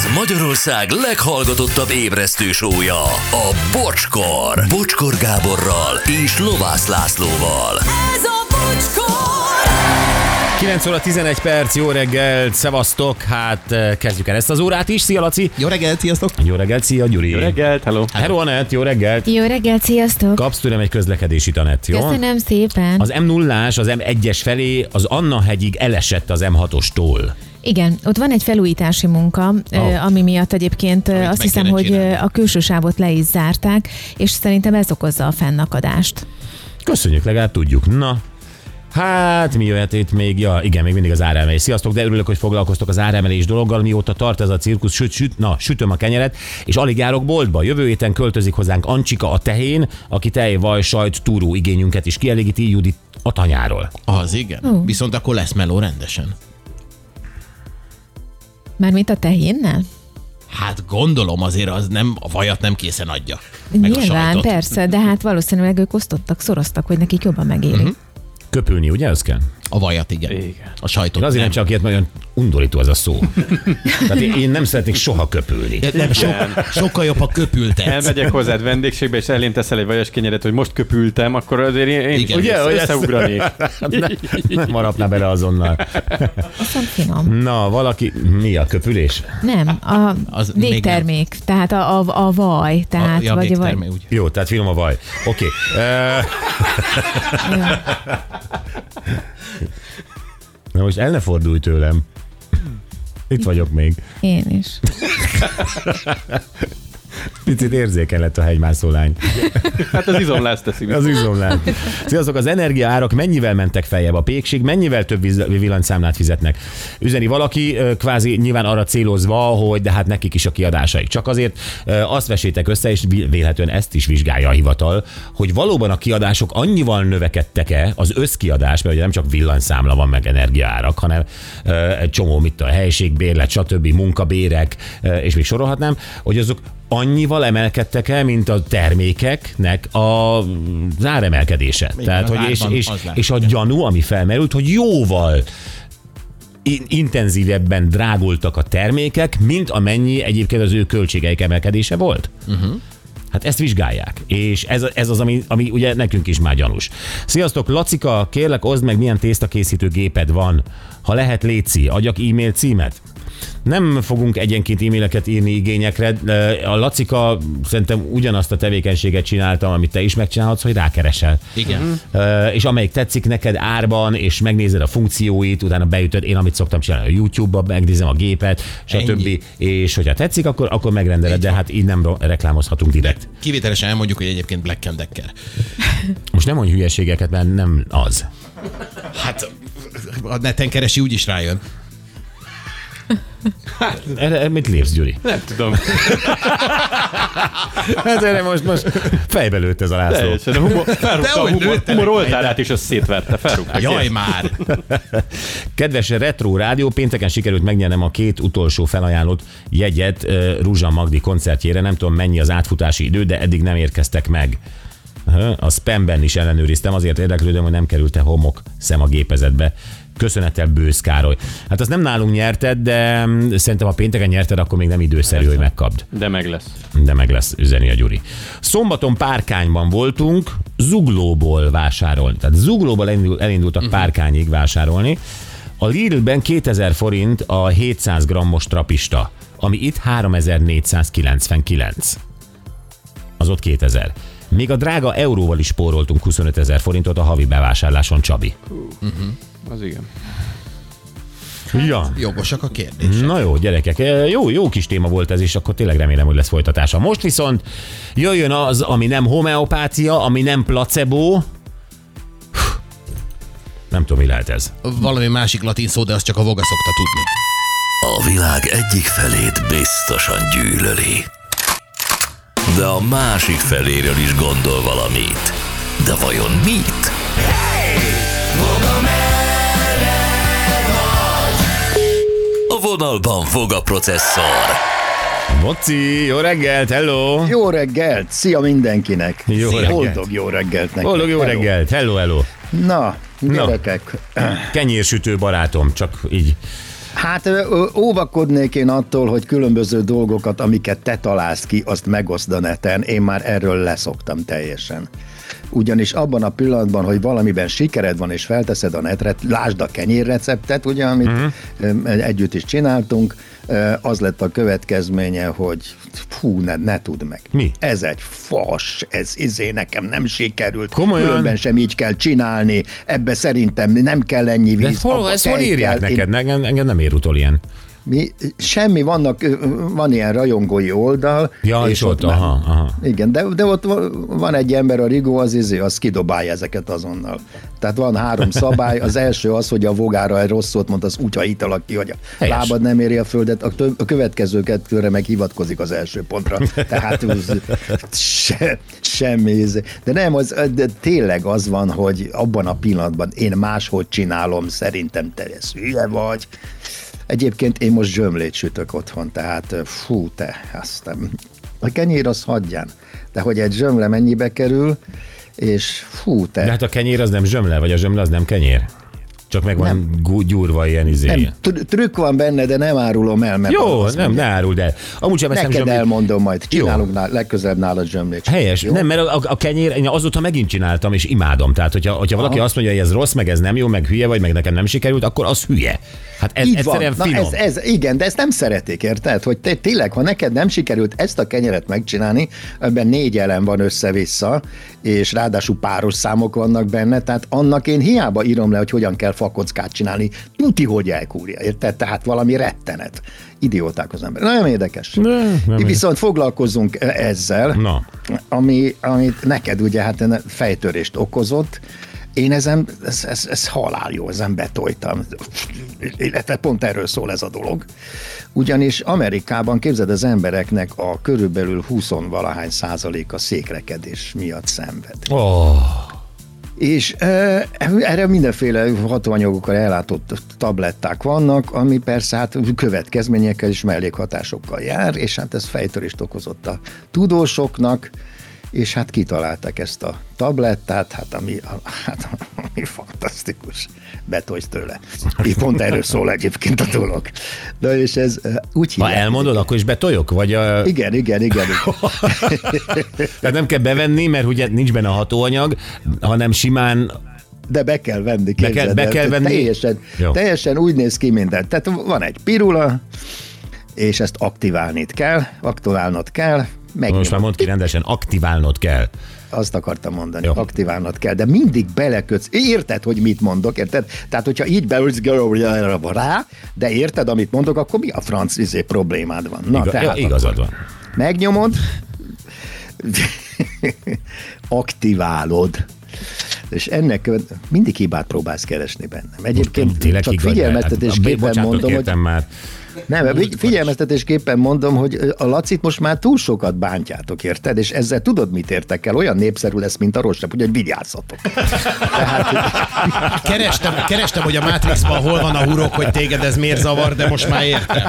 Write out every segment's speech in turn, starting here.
Ez Magyarország leghallgatottabb ébresztő show-ja, a Bocskor. Bocskor Gáborral és Lovász Lászlóval. Ez a Bocskor! 9 óra 11 perc, jó reggelt, szevasztok, hát kezdjük el ezt az órát is. Szia Laci! Jó reggelt, sziasztok! Jó reggelt, szia Gyuri! Jó reggelt, hello! Hello Anett, jó reggelt! Jó reggelt, sziasztok! Kapsz tőlem egy közlekedési tanet, jó? Köszönöm szépen. Az M0-ás, az M1-es felé az Anna-hegyig elesett az M6-ostól. Igen, ott van egy felújítási munka, ami miatt egyébként azt hiszem, hogy a külső sávot le is zárták, és szerintem ez okozza a fennakadást. Köszönjük, legalább tudjuk. Na, hát mi jöhet itt még? Ja, igen, még mindig az áremelés. Sziasztok, de örülök, hogy foglalkoztok az áremelés dologgal, mióta tart ez a cirkusz, sütöm a kenyeret, és alig járok boltba. Jövő héten költözik hozzánk Ancsika a tehén, aki tej, vaj, sajt, túró igényünket is kielégíti, Judit a tanyáról. Az igen. Viszont akkor lesz meló rendesen. Mármint a tehénnel? Hát gondolom azért az nem, a vajat nem készen adja. Meg a Nyilván, sajtot. persze, de hát valószínűleg ők osztottak, szoroztak, hogy nekik jobban megéri. Köpülni, ugye, az kell? A vajat, igen. A sajtot Én azért nem csak ilyet, nagyon undorító ez a szó. Tehát én nem szeretnék soha köpülni. Nem, sokkal jobb, ha köpültetsz. Elmegyek hozzád vendégségbe, és elém teszel egy vajas kenyeret, hogy most köpültem, akkor azért én Igen. ugye, összeugranék. Nem harapná bele azonnal. Aztán finom. Na, valaki... Mi a köpülés? Nem, Az a végtermék, tehát a vaj. Tehát, Ja, végtermék, úgy. Jó, tehát finom a vaj. Oké. Na most el ne fordulj tőlem. Itt vagyok még. Én is. Picit érzékeny lett a hegymászó lány. Hát az izomláz teszi. Az izomlány. Sziasztok, az energiaárak mennyivel mentek feljebb? A pékség mennyivel több villanyszámlát fizetnek? Üzeni valaki, kvázi nyilván arra célozva, hogy de hát nekik is a kiadásaik. Csak azért azt vesétek össze, és vélhetően ezt is vizsgálja a hivatal, hogy valóban a kiadások annyival növekedtek-e, az összkiadás, mert ugye nem csak villanyszámla van meg energiaárak, hanem egy csomó, a helyiségbérlet, stb. Munkabérek, és még sorolhatnám, hogy azok annyival emelkedtek el, mint a termékeknek az áremelkedése. Tehát, hogy és a gyanú, ami felmerült, hogy jóval intenzívebben drágultak a termékek, mint amennyi egyébként az ő költségeik emelkedése volt. Hát ezt vizsgálják, és ez az, ami ugye nekünk is már gyanús. Sziasztok, Lacika, kérlek, oszd meg, milyen tésztakészítő géped van. Ha lehet, létszi, adjak e-mail címet. Nem fogunk egyenként e-maileket írni igényekre. A Lacika szerintem ugyanazt a tevékenységet csináltam, amit te is megcsinálhatsz, hogy rákeresel. Igen. És amelyik tetszik neked árban, és megnézed a funkcióit, utána beütöd, én amit szoktam csinálni a YouTube-ba, megnézem a gépet, stb. És hogyha tetszik, akkor megrendeled, de hát így nem reklámozhatunk direkt. Kivételesen elmondjuk, hogy egyébként Black & Decker. Most nem mondj hülyeségeket, mert nem az. Hát a neten keresi, úgyis rájön. Erre mit lépsz, Gyuri? Nem tudom. Hát erre most fejbe lőtt ez a László. Teljesen. Felrúgta a humor oltárát, és azt szétverte. Felrúgta. Jaj már! Kedves Retro Rádió, pénteken sikerült megnyernem a 2 utolsó felajánlott jegyet Ruzsa Magdi koncertjére. Nem tudom, mennyi az átfutási idő, de eddig nem érkeztek meg. A spamben is ellenőriztem, azért érdeklődöm, hogy nem került-e homok szem a gépezetbe. Köszönettel Bősz Károly. Hát azt nem nálunk nyerted, de szerintem ha pénteken nyerted, akkor még nem időszerű, hogy megkapd. De meg lesz. De meg lesz, üzeni a Gyuri. Szombaton Párkányban voltunk, Zuglóból vásárolni. Tehát Zuglóból elindultak Párkányig vásárolni. A Lidlben 2000 forint a 700 grammos trapista, ami itt 3499. Az ott 2000. Még a drága euróval is spóroltunk 25 000 forintot a havi bevásárláson, Csabi. Az igen. Ja. Jogosak a kérdések. Na jó, gyerekek, jó kis téma volt ez, és akkor tényleg remélem, hogy lesz folytatása. Most viszont jöjjön az, ami nem homeopátia, ami nem placebo. Nem tudom, mi lehet ez. Valami másik latin szó, de azt csak a Voga szokta tudni. A világ egyik felét biztosan gyűlöli, de a másik feléről is gondol valamit. De vajon mit? A vonalban Voga processzor. Moci, jó reggelt, hello! Jó reggelt, szia mindenkinek! Jó reggelt. Boldog jó reggelt nektek! Boldog jó reggelt, hello! Na, gyerekek, Kenyérsütő barátom, csak így Hát óvakodnék én attól, hogy különböző dolgokat, amiket te találsz ki, azt megoszd a neten. Én már erről leszoktam teljesen. Ugyanis abban a pillanatban, hogy valamiben sikered van, és felteszed a netre, lásd a kenyérreceptet, ugye, amit együtt is csináltunk, az lett a következménye, hogy ne tudd meg. Mi? Ez egy fas, ez nekem nem sikerült. Komolyan? Különben sem így kell csinálni, ebbe szerintem nem kell ennyi víz. De ezt hol írják neked? Engem nem ér utol ilyen. Semmi, van ilyen rajongói oldal. Ja, és ott, aha. Igen, de ott van egy ember, a Rigó, az kidobálja ezeket azonnal. Tehát van 3 szabály, az első az, hogy a vogára egy rossz szót mond, az úgy hajítalak ki, hogy a helyes. lábad nem éri a földet, a következő kettőre meg hivatkozik az első pontra. Tehát semmi. De nem, de tényleg az van, hogy abban a pillanatban én máshogy csinálom, szerintem te ez hülye vagy. Egyébként én most zsömlét sütök otthon, tehát aztán a kenyér az hagyján. De hogy egy zsömle mennyibe kerül, és De hát a kenyér az nem zsömle, vagy a zsömle az nem kenyér? Csak meg van gyúrva ilyen izé. Nem, trükk van benne, de nem árulom el. Mert jó, ne áruld el. Amúgy sem neked zsömlét. Elmondom majd, csinálunk legközelebb nálad zsömlét. Helyes, jó? Nem, mert a kenyér, én azóta megint csináltam, és imádom. Tehát, hogyha valaki azt mondja, hogy ez rossz, meg ez nem jó, meg hülye vagy, meg nekem nem sikerült, akkor az hülye. Hát ez így egyszerűen van. finom. Igen, de ezt nem szeretik, érted? Hogy tényleg, ha neked nem sikerült ezt a kenyeret megcsinálni, ebben 4 elem van össze-vissza, és ráadásul páros számok vannak benne, tehát annak én hiába írom le, hogy hogyan kell fakockát csinálni. Tuti, hogy elkúrja, érted? Tehát valami rettenet. Idióták az ember. Nagyon érdekes. Viszont foglalkozzunk ezzel, amit neked ugye hát fejtörést okozott. Én ez halál jó, ezen betoltam. Illetve pont erről szól ez a dolog. Ugyanis Amerikában, képzeld, az embereknek a körülbelül 20-valahány % székrekedés miatt szenved. És erre mindenféle hatóanyagokkal ellátott tabletták vannak, ami persze hát következményekkel és mellékhatásokkal jár, és hát ez fejtörést okozott a tudósoknak, és hát kitalálták ezt a tablettát, ami fantasztikus. Betolsz tőle. Pont erről szól egyébként a dolog. De és ez úgy hívják. Ha elmondod, akkor is betoljok? Vagy Igen. Tehát nem kell bevenni, mert ugye nincs benne a hatóanyag, hanem simán... De be kell venni, képzeld. Be kell venni. Teljesen úgy néz ki minden. Tehát van egy pirula, és ezt aktiválnod kell. Most már mondd ki rendesen, aktiválnod kell. Azt akartam mondani, aktiválnod kell, de mindig belekötsz. Érted, hogy mit mondok, érted? Tehát, hogyha így beülsz rá, de érted, amit mondok, akkor mi a franc problémád van? Na, tehát igazad van. Megnyomod, aktiválod. És ennek mindig hibát próbálsz keresni bennem. Egyébként csak figyelmeztetésképpen mondom, hogy... Nem, figyelmeztetésképpen mondom, hogy a Lacit most már túl sokat bántjátok, érted? És ezzel tudod, mit értek el? Olyan népszerű lesz, mint a rosszabb, hogy vigyázzatok. Kerestem, hogy a Matrixban hol van a hurok, hogy téged ez miért zavar, de most már értem.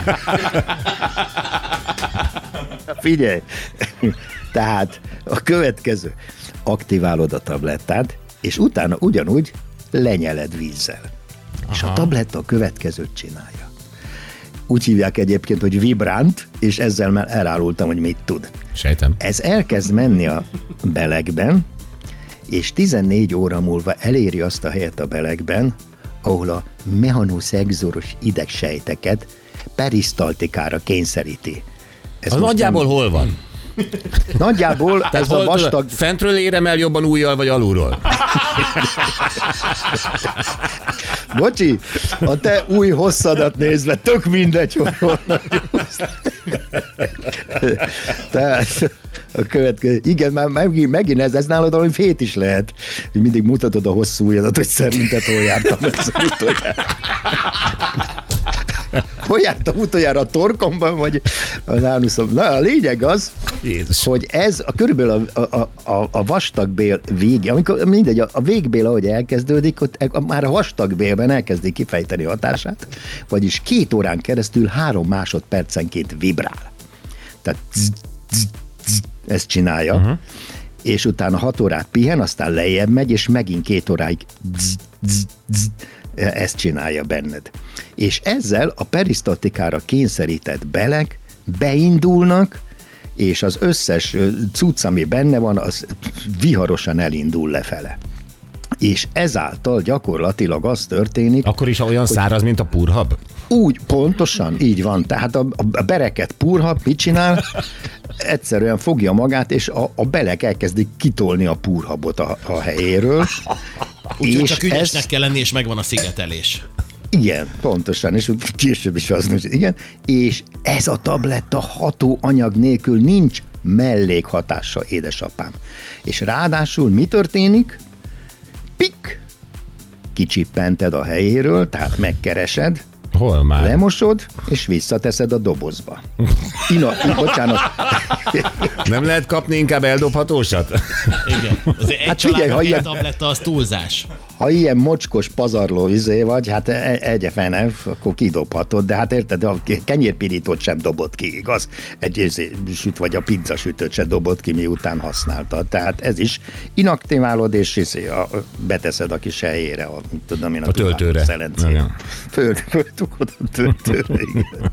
Figyelj! Tehát a következő. Aktiválod a tablettát, és utána ugyanúgy lenyeled vízzel. És a tabletta a következőt csinálja. Úgy hívják egyébként, hogy vibrant, és ezzel már elárultam, hogy mit tud. Sejtem. Ez elkezd menni a belegben, és 14 óra múlva eléri azt a helyet a belegben, ahol a mechanoszexzoros idegsejteket perisztaltikára kényszeríti. Ez nagyjából hol van? Nagyjából ez a vastag... Fentről érem el jobban ujjal, vagy alulról? Bocsi, a te új hosszadat nézve tök mindegy, hogy honnan jössz. Tehát a következő... Igen, már megint ez nálad valami fét is lehet, hogy mindig mutatod a hosszú ujjadat, hogy szerinted hol jártam utoljára. Hol jártam utoljára, a torkomban, vagy az ánuszom? Na, a lényeg az, Jézus, hogy ez körülbelül a vastagbél vége, amikor mindegy, a végbél, ahogy elkezdődik, ott már a vastagbélben elkezdi kifejteni hatását, vagyis 2 órán keresztül 3 másodpercenként vibrál. Tehát ezt csinálja, és utána 6 órát pihen, aztán lejjebb megy, és megint 2 óráig ezt csinálja benned. És ezzel a perisztatikára kényszerített belek beindulnak, és az összes cucc, ami benne van, az viharosan elindul lefele. És ezáltal gyakorlatilag az történik... Akkor is olyan száraz, mint a purhab? Úgy, pontosan, így van. Tehát a bereket purhab mit csinál? Egyszerűen fogja magát, és a belek elkezdik kitolni a purhabot a helyéről. Úgyhogy csak ügyesnek kell lenni, és megvan a szigetelés. Igen, pontosan, és később is az, igen, és ez a tabletta hatóanyag nélkül nincs mellékhatása, édesapám. És ráadásul mi történik? Pik! Kicsippented a helyéről, tehát megkeresed, hol már? Lemosod, és visszateszed a dobozba. Bocsánat. Nem lehet kapni inkább eldobhatósat? Igen. Azért egy családnak egy tabletta, az túlzás. Ha ilyen mocskos pazarló vagy, hát egyefene, akkor kidobhatod, de hát érted, a kenyérpirítót sem dobott ki, igaz? Egy süt vagy a pizzasütőt sem dobott ki, miután használtad. Tehát ez is inaktiválod, és beteszed a kis helyére, tudom én, a töltőre. Föl a töltőre, igen.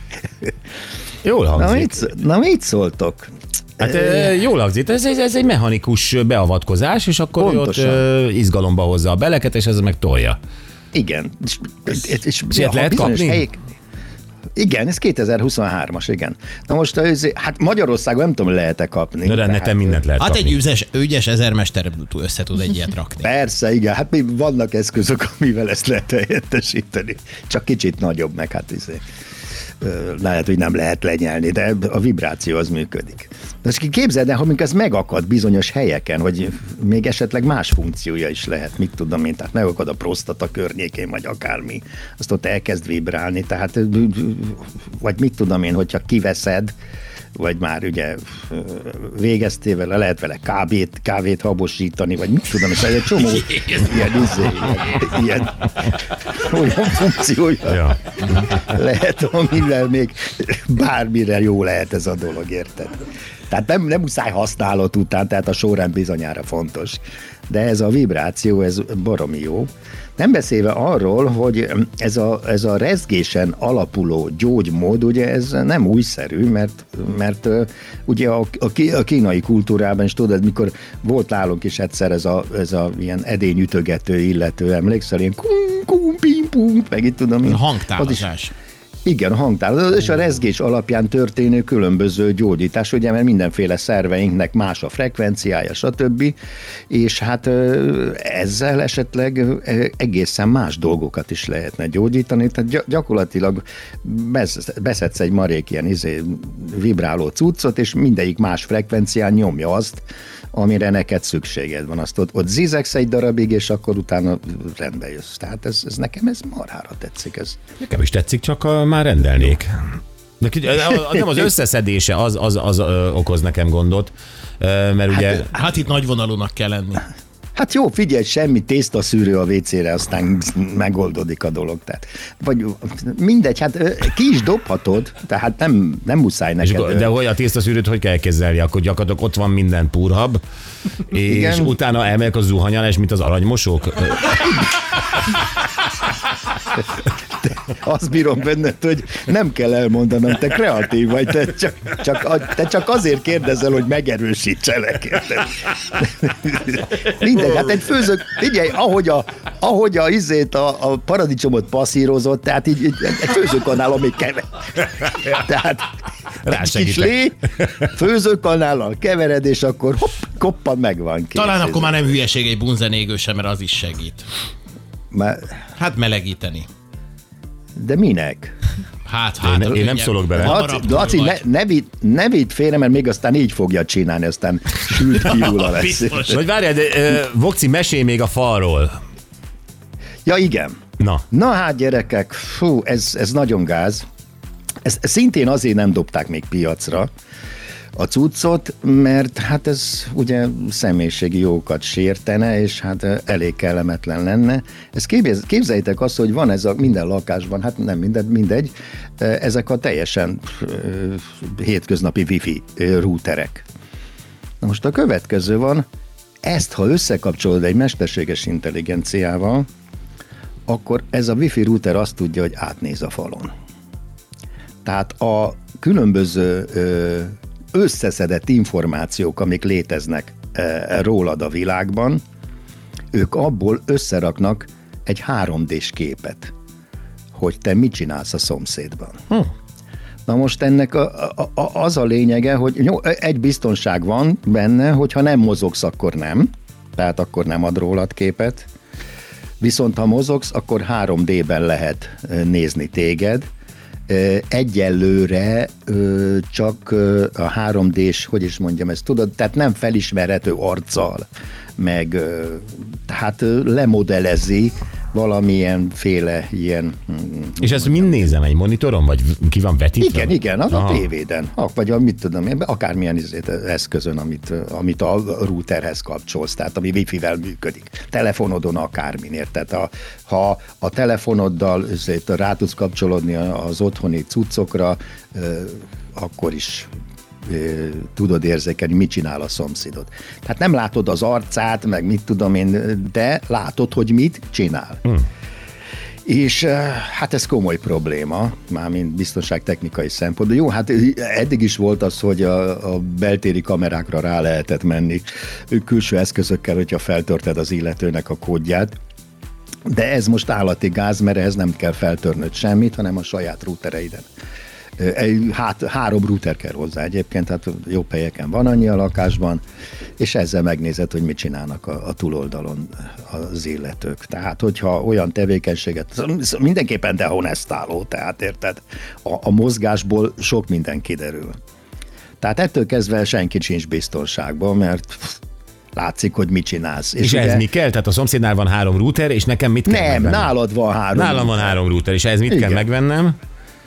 Jól hangzik. Na mit szóltok? Hát jól hangzik, ez egy mechanikus beavatkozás, és akkor ott izgalomba hozza a beleket, és ez meg tolja. Igen. És lehet kapni? Igen, ez 2023-as, igen. Na most, hát Magyarországon nem tudom, lehet-e kapni. De neten mindent lehet kapni. Hát egy ügyes ezermester össze tud egy ilyet rakni. Persze, igen, hát vannak eszközök, amivel ezt lehet helyettesíteni. Csak kicsit nagyobb, meg hát lehet, hogy nem lehet lenyelni, de a vibráció az működik. De képzeld el, ha ez megakad bizonyos helyeken, hogy még esetleg más funkciója is lehet, mit tudom én, tehát megakad a prostata környékén, vagy akármi, azt ott elkezd vibrálni, tehát vagy mit tudom én, hogyha kiveszed, vagy már ugye végeztél vele, lehet vele kávét habosítani, vagy mit tudom, és egy csomó ilyen olyan funkciója lehet, amivel még bármire jó lehet ez a dolog, érted? Tehát nem muszáj használat után, tehát a sorrend bizonyára fontos. De ez a vibráció, ez baromi jó. Nem beszélve arról, hogy ez a rezgésen alapuló gyógymód, ugye ez nem újszerű, mert ugye a kínai kultúrában is tudod, mikor volt nálunk is egyszer ez a ilyen edényütögető illető, emlékszel, ilyen kum, pim, pum, meg itt tudom. A hangtálazás. Igen, a hangtálazás és a rezgés alapján történő különböző gyógyítás, ugye, mert mindenféle szerveinknek más a frekvenciája, stb. És hát ezzel esetleg egészen más dolgokat is lehetne gyógyítani, tehát gyakorlatilag beszedsz egy marék ilyen vibráló cuccot, és mindegyik más frekvencián nyomja azt, amire neked szükséged van. Azt ott zizegsz egy darabig, és akkor utána rendbe jössz. Tehát ez nekem marhára tetszik. Nekem is tetszik, csak már rendelnék. De nem az összeszedése az okoz nekem gondot, mert ugye... Hát itt nagyvonalúnak kell lenni. Hát jó, figyelj, semmi tésztaszűrő a WC-re, aztán megoldódik a dolog. Tehát, vagy mindegy, hát ki is dobhatod, tehát nem muszáj neked. De hogy a tésztaszűrőt hogy kell kezelni? Akkor gyakorlatilag ott van minden purhab, és igen. Utána elmegyek a zuhanyálás, mint az aranymosók. Azt bírom benned, hogy nem kell elmondanom, te kreatív vagy, te csak azért kérdezel, hogy megerősítselek. Mindegy, hát egy főzők, figyelj, ahogy a paradicsomot passzírozott, tehát így egy főzőkanállal még kever. Tehát egy kis lé, főzőkanállal kevered, és akkor hopp, koppan megvan. Talán akkor már nem hülyeség egy bunzenégő sem, mert az is segít. Hát melegíteni. De minek? Hát, én nem szólok bele. Laci, ne vidd félre, mert még aztán így fogja csinálni, aztán sült fiúla lesz. Vagy várjál, de Vokci, mesélj még a falról. Ja, igen. Na hát gyerekek, fú, ez nagyon gáz. Ez szintén azért nem dobták még piacra a cuccot, mert hát ez ugye személyiségi jogokat sértene, és hát elég kellemetlen lenne. Ezt képzeljétek azt, hogy van ez a minden lakásban, hát nem mindegy, ezek a teljesen hétköznapi wifi routerek. Na most a következő van, ezt ha összekapcsolod egy mesterséges intelligenciával, akkor ez a wifi router azt tudja, hogy átnéz a falon. Tehát a különböző összeszedett információk, amik léteznek rólad a világban, ők abból összeraknak egy 3D-s képet, hogy te mit csinálsz a szomszédban. Na most ennek az a lényege, hogy egy biztonság van benne, hogyha nem mozogsz, akkor nem, tehát akkor nem ad rólad képet, viszont ha mozogsz, akkor 3D-ben lehet nézni téged. Egyelőre csak a 3D-s, hogy is mondjam ezt, tudod, tehát nem felismerhető arccal, meg tehát lemodellezi valamilyenféle ilyen... És ezt mind nézem, egy monitoron, vagy ki van vetítve? Igen, az a tévéden, vagy mit tudom én, akármilyen eszközön, amit a routerhez kapcsolsz, tehát ami wifi-vel működik. Telefonodon akármin, érted? Ha a telefonoddal rá tudsz kapcsolódni az otthoni cuccokra, akkor is tudod érzékelni, mit csinál a szomszédod. Tehát nem látod az arcát, meg mit tudom én, de látod, hogy mit csinál. És hát ez komoly probléma, mármint biztonságtechnikai szempontból. Jó, hát eddig is volt az, hogy a beltéri kamerákra rá lehetett menni külső eszközökkel, hogyha feltörted az illetőnek a kódját. De ez most állati gáz, mert ehhez nem kell feltörnöd semmit, hanem a saját routereiden. 3 router kell hozzá egyébként, tehát jobb helyeken van annyi a lakásban, és ezzel megnézed, hogy mit csinálnak a túloldalon az illetők. Tehát, hogyha olyan tevékenységet, mindenképpen dehonestáló, tehát érted, a mozgásból sok minden kiderül. Tehát ettől kezdve senki sincs biztonságban, mert látszik, hogy mit csinálsz. És ez ugye, mi kell? Tehát a szomszédnál van 3 router, és nekem mit kell megvennem? Nem, nálad van 3 Nálam van 3 router, és ez mit kell megvennem?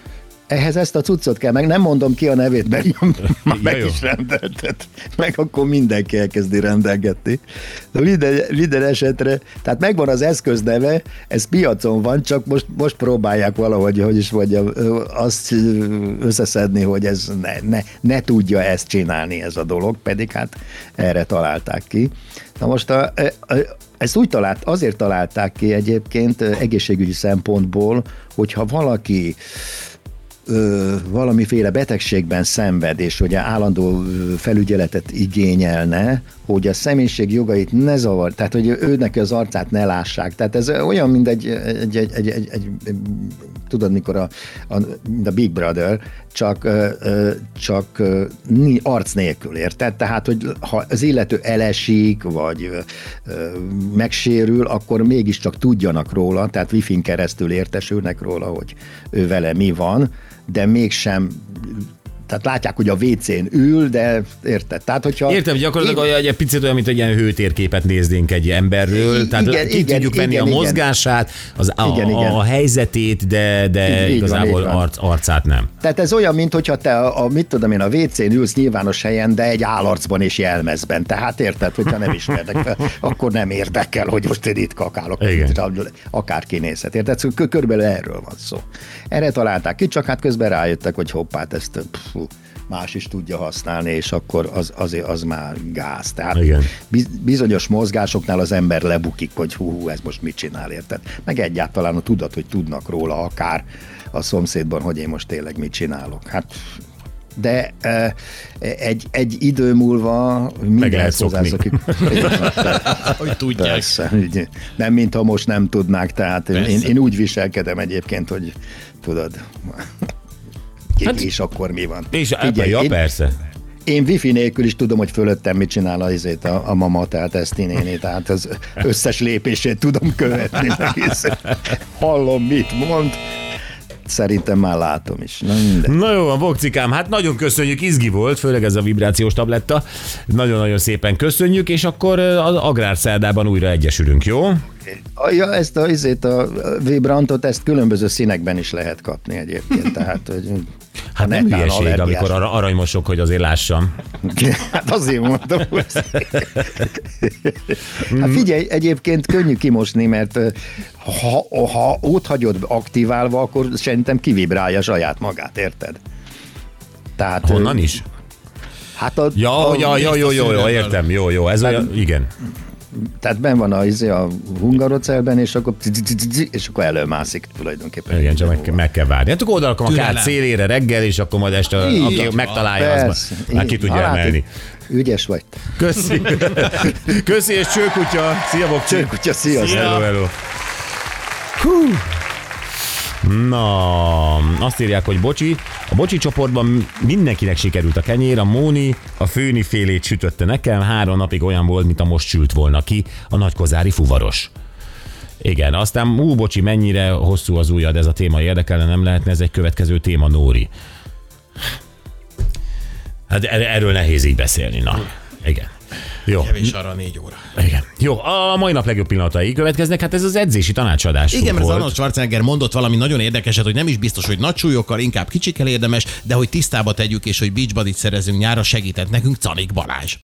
Értem, gyakorlatilag egy picit olyan, mint egy ilyen hőtérképet néznénk egy emberről, tehát ki tudjuk venni a mozgását, a helyzetét, de igazából arcát nem. Tehát ez olyan, mint hogyha te mit tudom én, a WC-n ülsz nyilvános helyen, de egy állarcban és jelmezben. Tehát érted, hogyha nem ismernek fel, akkor nem érdekel, hogy most én itt kakálok. Akárki nézhet. Érted? Körülbelül erről van szó. Erre találták ki, csak hát közben rájöttek, hogy hoppát, ezt más is tudja használni, és akkor az már gáz. Tehát bizonyos mozgásoknál az ember lebukik, hogy ez most mit csinál, érted? Meg egyáltalán a tudat, hogy tudnak róla akár a szomszédban, hogy én most tényleg mit csinálok. Hát de egy idő múlva mindenhez hozzászokik. Hogy tudják. Persze, nem, mintha most nem tudnák, tehát én úgy viselkedem egyébként, hogy tudod... Hát, és akkor mi van? És figyelj, persze. Én wifi nélkül is tudom, hogy fölöttem mit csinál a mama, tehát Eszti néni, tehát az összes lépését tudom követni. Hallom, mit mond. Szerintem már látom is. Na jó, a Vokcikám, hát nagyon köszönjük, izgi volt, főleg ez a vibrációs tabletta. Nagyon-nagyon szépen köszönjük, és akkor az Agrárszerdában újra egyesülünk, jó? Ja, ezt a vibrantot, ezt különböző színekben is lehet kapni egyébként, tehát hogy... Hát nem hülyeség, amikor aranymosok, hogy azért lássam. Hát azért mondtam. Hát figyelj, egyébként könnyű kimosni, mert ha ott hagyod aktiválva, akkor szerintem kivibrálja saját magát, érted? Tehát, honnan is? Hát jó, értem, jó, ez olyan, igen. tehát benn van a hungarocelben, és akkor előmászik tulajdonképpen. Igen, csak meg kell várni. Hát akkor oda a kárt szélére reggel, és akkor majd este aki megtalálja, az már ki tudja emelni. Ügyes vagy. Köszi. Köszi, és csőkutya. Szia, Bokcsi. Csőkutya, sziasztok. Hello. Na, azt írják, hogy bocsi. A bocsi csoportban mindenkinek sikerült a kenyér, a Móni a főni félét sütötte nekem, 3 napig olyan volt, mint a most sült volna ki, a nagykozári fuvaros. Igen, aztán bocsi, mennyire hosszú az ujjad, ez a téma érdekelne, nem lehetne ez egy következő téma, Nóri? Hát erről nehéz így beszélni, na. Igen. Jó. Kevés arra 4 óra. Igen. Jó, a mai nap legjobb pillanatai következnek, hát ez az edzési tanácsadás. Igen, mert az Arnold Schwarzenegger mondott valami nagyon érdekeset, hogy nem is biztos, hogy nagy súlyokkal, inkább kicsikkel érdemes, de hogy tisztába tegyük, és hogy beachbodyt szerezünk nyára, segített nekünk Canik Balázs.